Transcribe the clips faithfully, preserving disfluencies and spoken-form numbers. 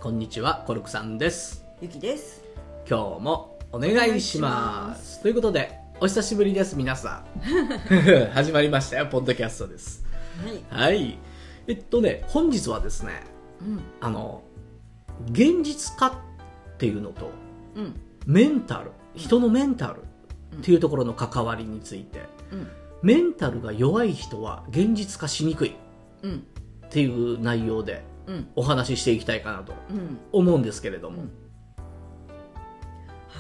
こんにちは、コルクさんです。 ゆきです。 今日もお願いします。ということで、お久しぶりです、皆さん。始まりましたよ、ポッドキャストです。はい。はい。えっとね、本日はですね、うん、あの、現実化っていうのと、うん、メンタル、人のメンタルっていうところの関わりについて、うん、メンタルが弱い人は現実化しにくいっていう内容で、うん、お話ししていきたいかなと思うんですけれども、うんうん、 はい、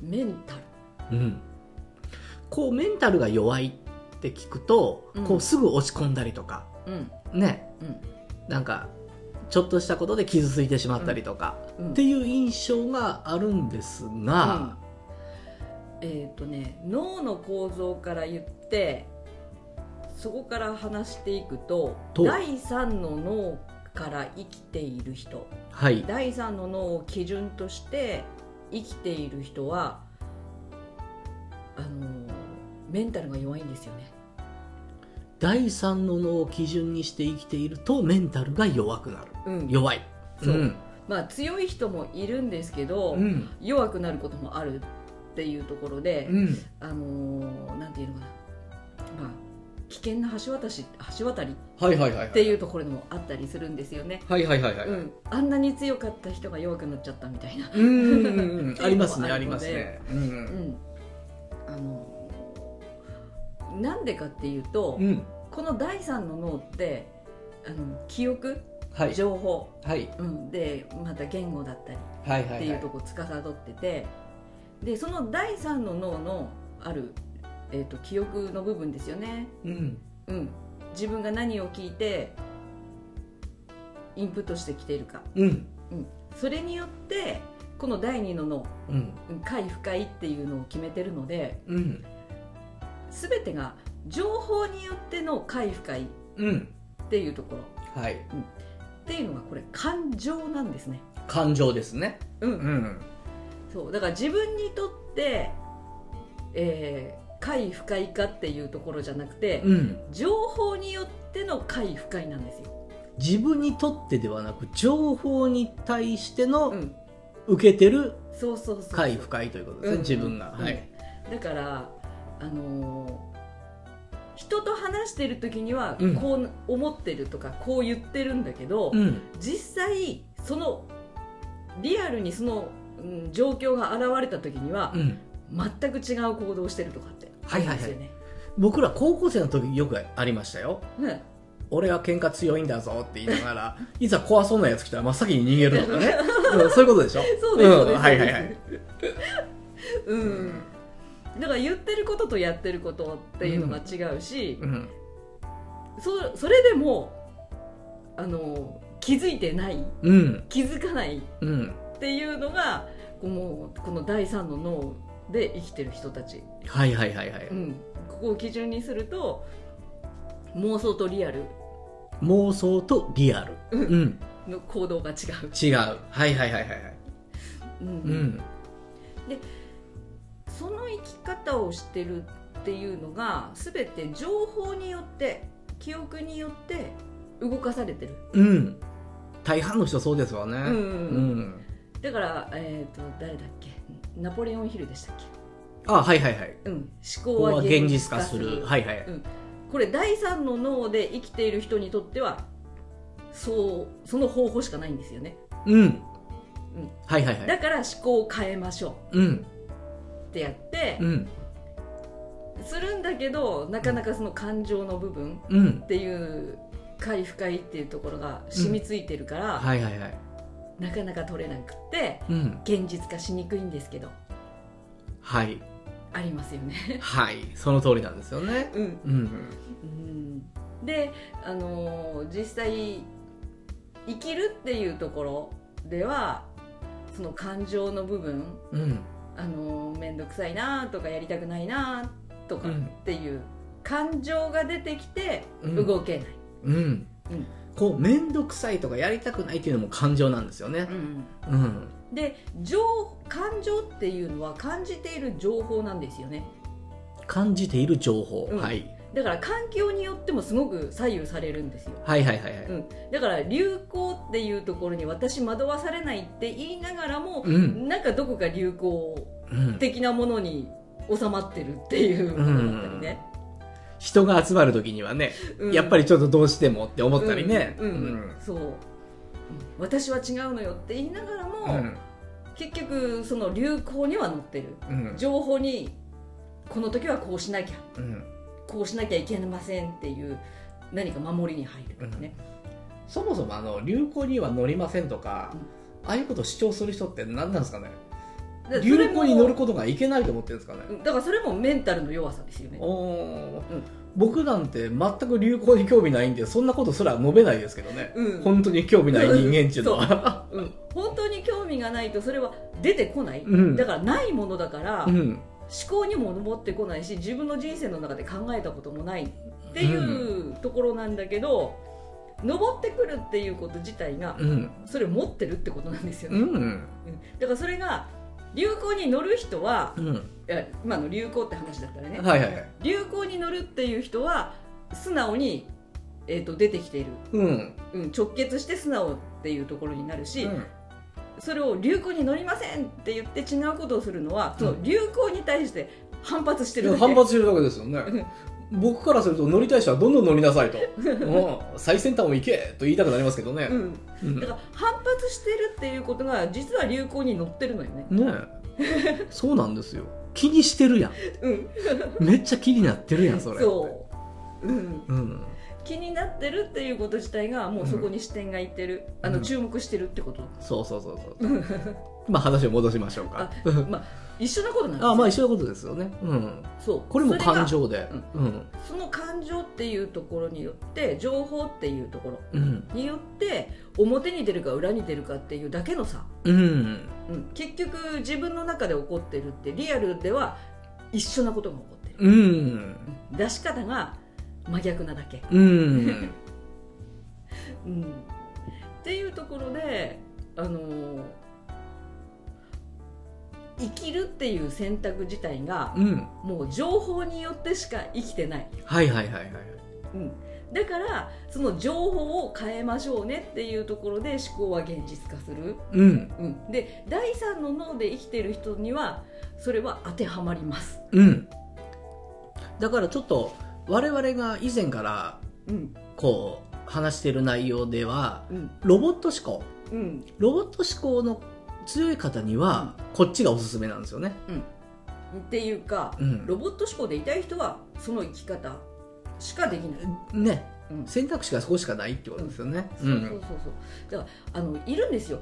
メンタル、うん、 こうメンタルが弱いって聞くと、うん、こうすぐ落ち込んだりとか、うん、ね、うん、なんかちょっとしたことで傷ついてしまったりとか、うん、っていう印象があるんですが、 うん、えっとね脳の構造から言ってそこから話していく と, と第三の脳から生きている人、はい、第三の脳を基準として生きている人はあのメンタルが弱いんですよね。 第三の脳を基準にして生きているとメンタルが弱くなる、うん、弱いそう、うん、まあ強い人もいるんですけど、うん、弱くなることもあるっていうところで、うん、あのなんていうのかな、まあ危険な橋渡し橋渡りっていうところもあったりするんですよね。 はいはいはいはい、うん、 あんなに強かった人が弱くなっちゃったみたいな。 うんありますねありますね。うん、うん、 あのなんでかっていうと、うん、この第三の脳ってあの記憶、はい、情報、はいうん、でまた言語だったりっていうところを司ってて、でその第三の脳のあるえー、と記憶の部分ですよね、うんうん、自分が何を聞いてインプットしてきているか、うんうん、それによってこの第二の脳、うん、快不快っていうのを決めてるので、うん、全てが情報によっての快不快っていうところ、はいうん、っていうのがこれ感情なんですね。 感情ですね、うんうん、 そうだから自分にとって、えー快不快かっていうところじゃなくて、うん、情報によっての快不快なんですよ。 自分にとってではなく情報に対しての受けてる快不快ということですね、うん、自分が、うん、はい、 だからあのー、人と話してる時にはこう思ってるとか、うん、こう言ってるんだけど、うん、実際そのリアルにその、うん、状況が現れた時には、うん全く違う行動をしてるとかってあるんですよね。はいはいはい、 僕ら高校生の時よくありましたよ、ね、俺は喧嘩強いんだぞって言いながらいざ怖そうなやつ来たら真っ先に逃げるとかね、うん、そういうことでしょ。 そうです、そうです、はいはいはいうん、だから言ってることとやってることっていうのが違うし、うんうん、そ, それでもあの気づいてない、うん、気づかないっていうのがもうこの第三の脳で生きてる人たち、 はいはいはいはい、 うん、ここを基準にすると妄想とリアル妄想とリアル、うん、 の行動が違う違うはいはいはいはいはい、うんうん、 でその生き方をしてるっていうのが全て情報によって記憶によって動かされてる、 うん、大半の人そうですわね、うんうんうん、 だから、えーと、誰だっけナポレオンヒルでしたっけ。 あはいはいはい、 うん、思考は現実化する、 現実化する、はいはい、うん、 これ第三の脳で生きている人にとってはそうその方法しかないんですよね。うん、うん、はいはいはい、だから思考を変えましょう、うん、ってやって、うん、するんだけどなかなかその感情の部分っていう快不快っていうところが染みついてるから、うん、はいはいはい、なかなか取れなくて、うん、現実化しにくいんですけど、 はいありますよね。 はいその通りなんですよね、うんうんうん、で、あのー、実際生きるっていうところではその感情の部分、うんあのー、めんどくさいなとかやりたくないなとかっていう感情が出てきて動けない、うんうんうん、 こうめんどくさいとかやりたくないっていうのも感情なんですよね、うんうん、 で情感情っていうのは感じている情報なんですよね。 感じている情報、 うん、 はい。 だから環境によってもすごく左右されるんですよ。 はいはいはいはい、 うん、だから流行っていうところに私惑わされないって言いながらも、 うん、 なんかどこか流行的なものに収まってるっていうものだったりね、 うん、人が集まる時にはね、うん、やっぱりちょっとどうしてもって思ったりね、 うんうんうん、そう、私は違うのよって言いながらも、うん、結局その流行には乗ってる、うん、情報にこの時はこうしなきゃ、うん、こうしなきゃいけませんっていう何か守りに入るからね、 うん、そもそもあの流行には乗りませんとか、うん、ああいうことを主張する人って何なんですかね。流行に乗ることがいけないと思ってるんですかね。 だからそれもメンタルの弱さですよね。 お、うん、僕なんて全く流行に興味ないんでそんなことすら述べないですけどね、うん、本当に興味ない人間っていうのは、 うん、本当に興味がないとそれは出てこない、うん、だからないものだから、うん、思考にも上ってこないし自分の人生の中で考えたこともないっていうところなんだけど、うん、上ってくるっていうこと自体が、うん、それを持ってるってことなんですよね、うんうん、だからそれが流行に乗る人は、うん、いや今の流行って話だったらね、はいはいはい、流行に乗るっていう人は素直に、えー、と出てきている、うんうん、直結して素直っていうところになるし、うん、それを流行に乗りませんって言って違うことをするのは、うん、その流行に対して反発してるだけ。 反発してるだけですよね僕からすると乗りたい人はどんどん乗りなさいともう最先端を行けと言いたくなりますけどね、うんうん、だから反発してるっていうことが実は流行に乗ってるのよね。 ねえそうなんですよ。気にしてるやん、うん、めっちゃ気になってるやんそれ。 そう、うんうん、気になってるっていうこと自体がもうそこに視点がいってる、うん、あの注目してるってこと、 うん、そうそうそうそうまあ話を戻しましょうか。 まあ一緒なことなんですよ。 あ、まあ一緒なことですよね。うん。そう。これも感情で、 うんうん、その感情っていうところによって情報っていうところによって表に出るか裏に出るかっていうだけの差。うん。うん、結局自分の中で起こってるってリアルでは一緒なことが起こってる。うん。出し方が真逆なだけ。うん。うん。っていうところであのー。生きるっていう選択自体が、うん、もう情報によってしか生きてない。 はいはいはいはい、 うん、だからその情報を変えましょうねっていうところで思考は現実化する、うんうん、でだいさんの脳で生きている人にはそれは当てはまります、うん、 だからちょっと我々が以前から、うん、こう話している内容では、うん、ロボット思考、うん、ロボット思考の強い方にはこっちがおすすめなんですよね、 うん、っていうか、うん、ロボット思考でいたい人はその生き方しかできないね、うん、選択肢がそこしかないってことですよね、 うん、そうそうそうそうだからあのいるんですよ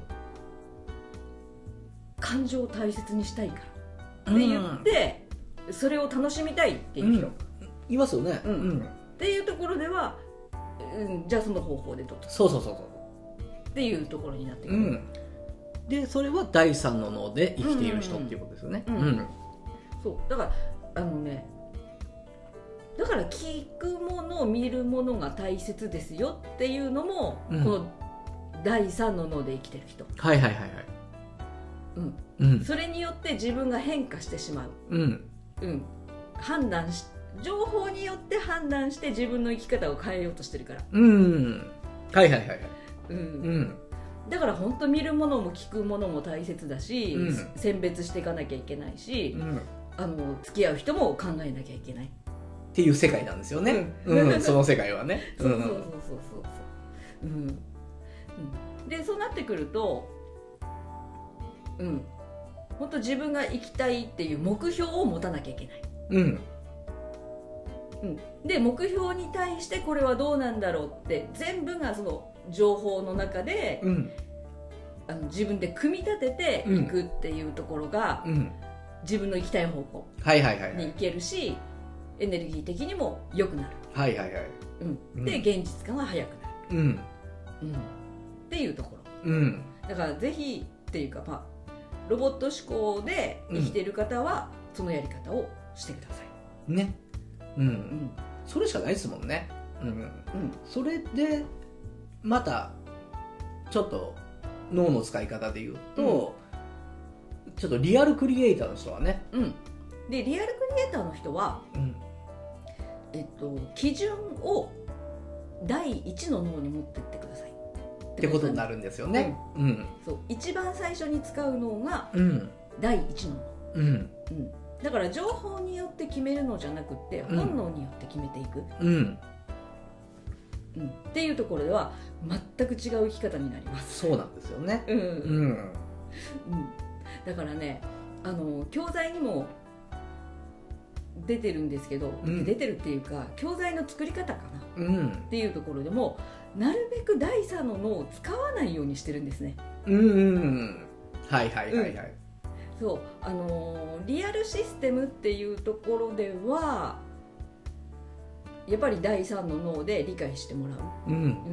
感情を大切にしたいからって言って、うん、それを楽しみたいっていう人、うん、 いますよね、うんうん、 っていうところでは、うん、じゃあその方法でどうぞそうそうそうそうっていうところになってくる、うんでそれはだいさんの脳で生きている人っていうことですよね。 そうだからあのねだから聞くもの見るものが大切ですよっていうのも、うん、このだいさんの脳で生きてる人はいはいはいはい、 うんうん、それによって自分が変化してしまう、うんうん、判断し情報によって判断して自分の生き方を変えようとしてるからうんはいはいはいはい、うんうんだから本当見るものも聞くものも大切だし、うん、選別していかなきゃいけないし、うん、あの付き合う人も考えなきゃいけないっていう世界なんですよね、うんうん、その世界はねそうそうそうそうそうそう、うんうん、でそうなってくるとうん本当自分が生きたいっていう目標を持たなきゃいけない、うんうん、で目標に対してこれはどうなんだろうって全部がその情報の中で、うん、あの自分で組み立てていくっていうところが、うん、自分の行きたい方向に行けるしエネルギー的にも良くなる、はいはいはいうん、で現実感が早くなる、うんうん、っていうところ、うん、だからぜひっていうか、まあ、ロボット思考で生きている方は、うん、そのやり方をしてくださいね、うんうん、それしかないですもんね、うんうん、それでまたちょっと脳の使い方で言うと、うん、ちょっとリアルクリエイターの人はね、うん、 でリアルクリエイターの人は、うん、 えっと、基準を第一の脳に持ってってくださいってことになるんですよね、 うんうん、そう一番最初に使う脳が第一の脳、うんうん、だから情報によって決めるのじゃなくて本能によって決めていく、うんうん、っていうところでは全く違う生き方になります。 そうなんですよね、 うんうんうん、だからねあの教材にも出てるんですけど、うん、出てるっていうか教材の作り方かな、うん、っていうところでもなるべく第三の脳を使わないようにしてるんですね。 うんうんうんはいはいはいはい、うん、 そうあのリアルシステムっていうところではやっぱり第三の脳で理解してもらう、うん、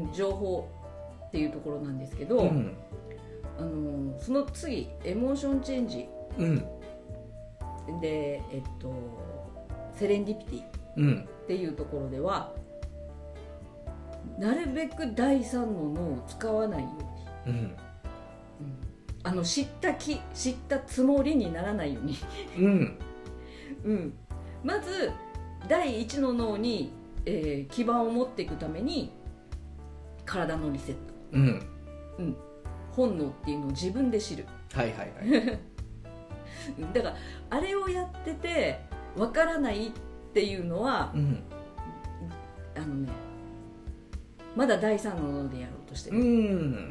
情報っていうところなんですけど、うん、あのその次エモーションチェンジ、うん、でえっとセレンディピティっていうところでは、うん、なるべく第三の脳を使わないように、うんうん、あの知った気知ったつもりにならないように、うんうん、まず第一の脳に、えー、基盤を持っていくために体のリセット、うんうん、本能っていうのを自分で知る、はいはいはいだからあれをやっててわからないっていうのは、うん、あのねまだ第三の脳でやろうとしてる、うんうん、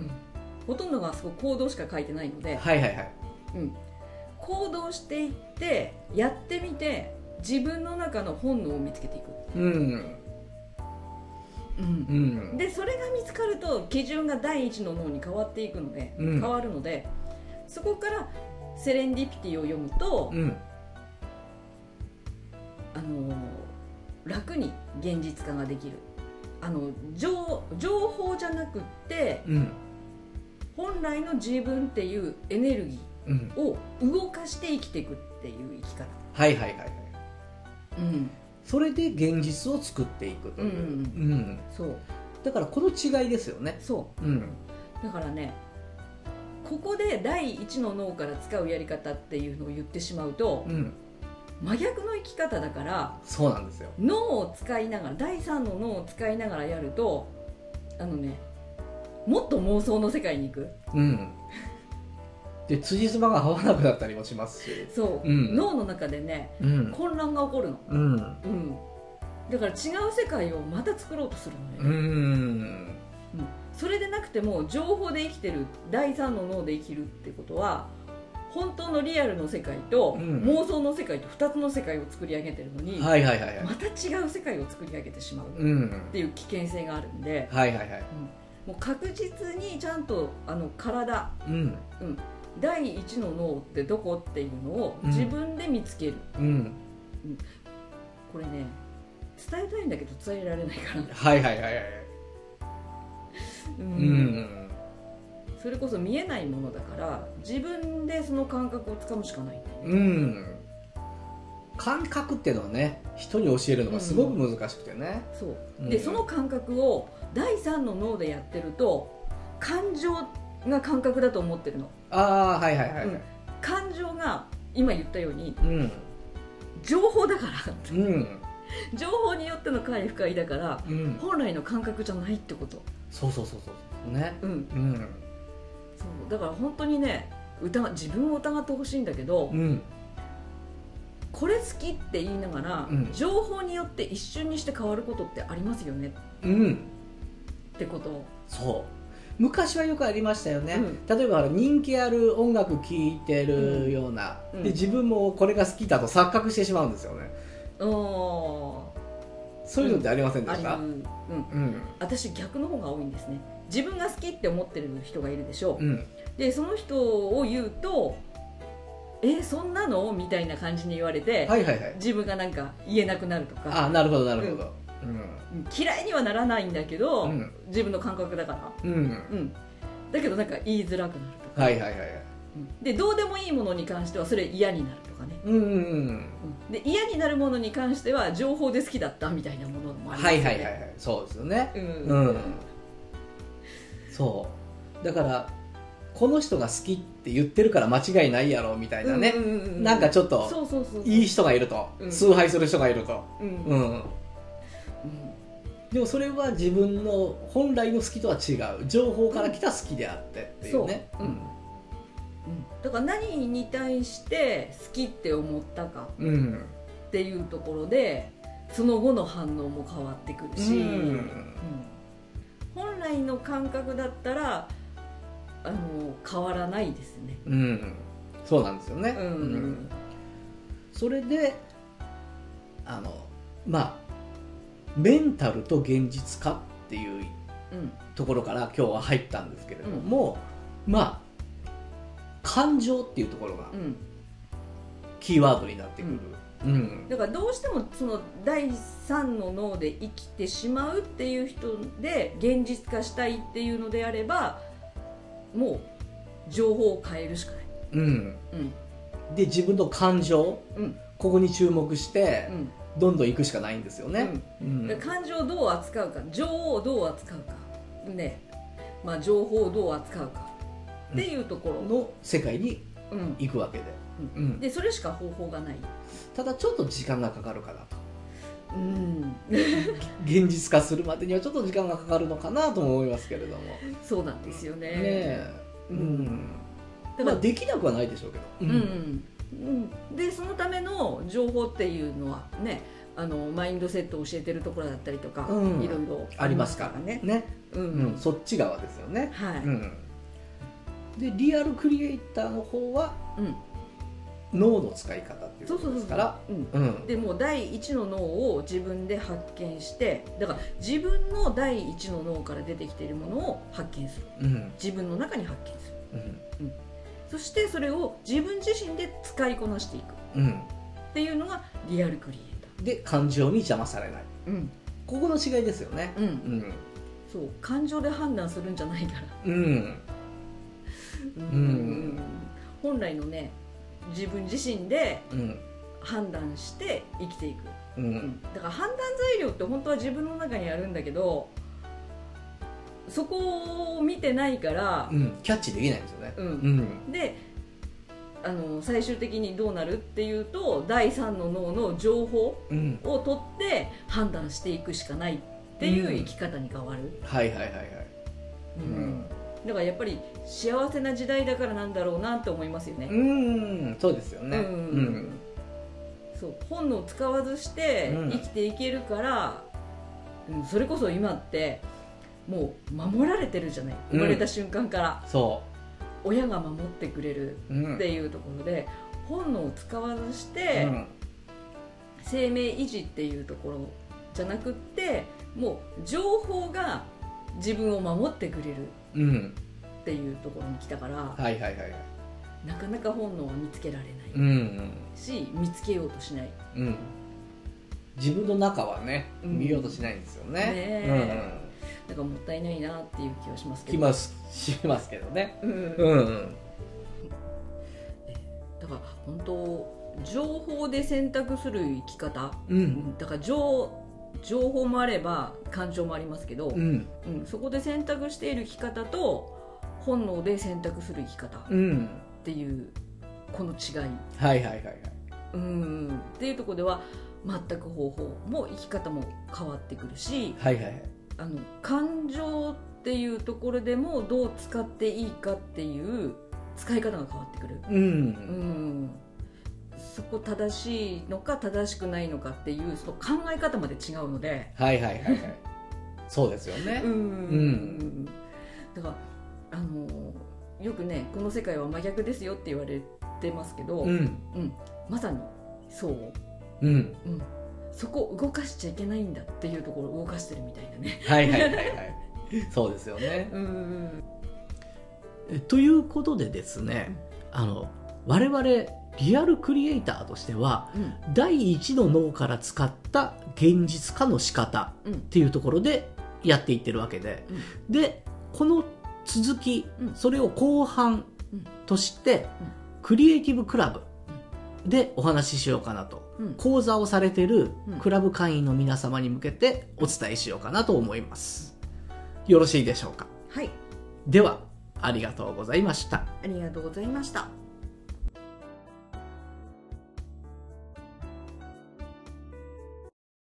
ほとんどがそこ行動しか書いてないので、はいはいはいうん、行動していってやってみて自分の中の本能を見つけていく、うんうんうん、でそれが見つかると基準が第一の脳に変わっていくので、うん、変わるのでそこからセレンディピティを読むと、うん、あの楽に現実化ができるあの 情, 情報じゃなくって、うん、本来の自分っていうエネルギーを動かして生きていくっていう生き方、 はいはいはいはい、うん、それで現実を作っていくという、うんうんうん、そうだからこの違いですよね。 そう、うん、だからねここで第一の脳から使うやり方っていうのを言ってしまうと、うん、真逆の生き方だからそうなんですよ。 脳を使いながら第三の脳を使いながらやるとあのねもっと妄想の世界に行く、うん、 で辻褄が合わなくなったりもしますしそう、うん、脳の中でね、うん、混乱が起こるの、うんうん、だから違う世界をまた作ろうとするのね、うんうんそれでなくても情報で生きてる第三の脳で生きるってことは本当のリアルの世界と妄想の世界とふたつの世界を作り上げてるのに、はいはいはいはい、また違う世界を作り上げてしまうっていう危険性があるんで、はいはいはいうん、もう確実にちゃんとあの体、うんうん、第一の脳ってどこっていうのを自分で見つける、うんうん、これね伝えたいんだけど伝えられないからはいはいはいはいうんうん、それこそ見えないものだから自分でその感覚をつかむしかない、うん、 感覚っていうのはね人に教えるのがすごく難しくてね、 うん、そうで、うん、その感覚を第三の脳でやってると感情が感覚だと思ってるの。 ああはいはいはい、うん、 感情が今言ったように、うん、情報だから、うん情報によっての快不快だから、うん、本来の感覚じゃないってこと。 そうそうそうそうね、うんうん、 そうだから本当にね疑自分を疑ってほしいんだけど、うん、これ好きって言いながら、うん、情報によって一瞬にして変わることってありますよね、うん、ってこと。 そう昔はよくありましたよね、うん、例えば人気ある音楽聴いてるような、うん、で自分もこれが好きだと錯覚してしまうんですよね。おそういうのってありませんでした？うん、うんうん、 私逆の方が多いんですね。自分が好きって思ってる人がいるでしょう、うん、でその人を言うとえそんなのみたいな感じに言われて、はいはいはい、自分がなんか言えなくなるとか。 あなるほどなるほど、うんうん、嫌いにはならないんだけど、うん、自分の感覚だから、うんうん、だけどなんか言いづらくなるとか、はいはいはいはい、でどうでもいいものに関してはそれ嫌になるとかね、うんうんうん、で嫌になるものに関しては情報で好きだったみたいなものもありますよね。 はいはいはい、そうですよね、うんうん、そうだからこの人が好きって言ってるから間違いないやろみたいなね、うんうんうんうん、なんかちょっといい人がいると、うん、崇拝する人がいると、うんうん、 でもそれは自分の本来の好きとは違う情報から来た好きであってっていうね。 そう、うんうん、だから何に対して好きって思ったかっていうところでその後の反応も変わってくるし、うんうん、本来の感覚だったらあの変わらないですね、 うん、そうなんですよね、うんうん、それであのまあメンタルと現実化っていうところから今日は入ったんですけれども、うん、まあ感情っていうところがキーワードになってくる、うんうん、 だからどうしてもその第三の脳で生きてしまうっていう人で現実化したいっていうのであればもう情報を変えるしかない、うんうん、 で自分の感情、うん、ここに注目して、うんどんどん行くしかないんですよね、 うんうん、感情をどう扱うか情報をどう扱うか、ねまあ、情報をどう扱うかっていうところ、 うん、の世界に行くわけで、 うんうん、でそれしか方法がない。 ただちょっと時間がかかるかなと、うん、現実化するまでにはちょっと時間がかかるのかなと思いますけれども。 そうなんですよね、 ねうん、だからできなくはないでしょうけど、うんうんうん、でそのための情報っていうのはねあのマインドセットを教えてるところだったりとか、うん、いろいろありますからね、 ね、うんうん、そっち側ですよね、はいうん、でリアルクリエイターの方は、うん、脳の使い方っていうことですからでもう第一の脳を自分で発見してだから自分の第一の脳から出てきているものを発見する、うん、自分の中に発見する、うんうんそしてそれを自分自身で使いこなしていく、うん、っていうのがリアルクリエイターで感情に邪魔されない、うん、ここの違いですよね、うんうん、 そう感情で判断するんじゃないから、うんうんうん、本来のね自分自身で判断して生きていく、うんうん、だから判断材料って本当は自分の中にあるんだけどそこを見てないから、 うん、キャッチできないんですよね、うんうん、であの最終的にどうなるっていうと第三の脳の情報を取って判断していくしかないっていう生き方に変わる、うん、 はいはいはいはい、 うん、だからやっぱり幸せな時代だからなんだろうなって思いますよね。 うんそうですよね、うんうん、 そう本能を使わずして生きていけるから、うん、それこそ今ってもう守られてるじゃない、生まれた瞬間から、うん、そう親が守ってくれるっていうところで、うん、本能を使わずして、うん、生命維持っていうところじゃなくってもう情報が自分を守ってくれるっていうところに来たから、うんはいはいはい、なかなか本能は見つけられない、うんうん、し見つけようとしない、うん、 自分の中はね、うん、見ようとしないんですよね、ねうんうんだからもったいないなっていう気はしますけど気はしますけどね、うんうんうん、 だから本当情報で選択する生き方、うん、だから 情, 情報もあれば感情もありますけど、うんうん、そこで選択している生き方と本能で選択する生き方っていうこの違い、はいはいはいはい、うん、っていうところでは全く方法も生き方も変わってくるし、はいはいはいあの感情っていうところでもどう使っていいかっていう使い方が変わってくる、うんうん、そこ正しいのか正しくないのかっていうその考え方まで違うのではいはいはいはいそうですよねうん、うん、 だからあのよくねこの世界は真逆ですよって言われてますけど、うんうん、まさにそう、うんうんそこを動かしちゃいけないんだっていうところを動かしてるみたいなねはいはいはいはいそうですよねうんえということでですね、うん、あの我々リアルクリエイターとしては、うん、第一の脳から使った現実化の仕方っていうところでやっていってるわけで、うん、でこの続き、うん、それを後半として、うん、クリエイティブクラブでお話ししようかなと、うん、講座をされているクラブ会員の皆様に向けてお伝えしようかなと思います。よろしいでしょうか。はい。ではありがとうございました。 ありがとうございました。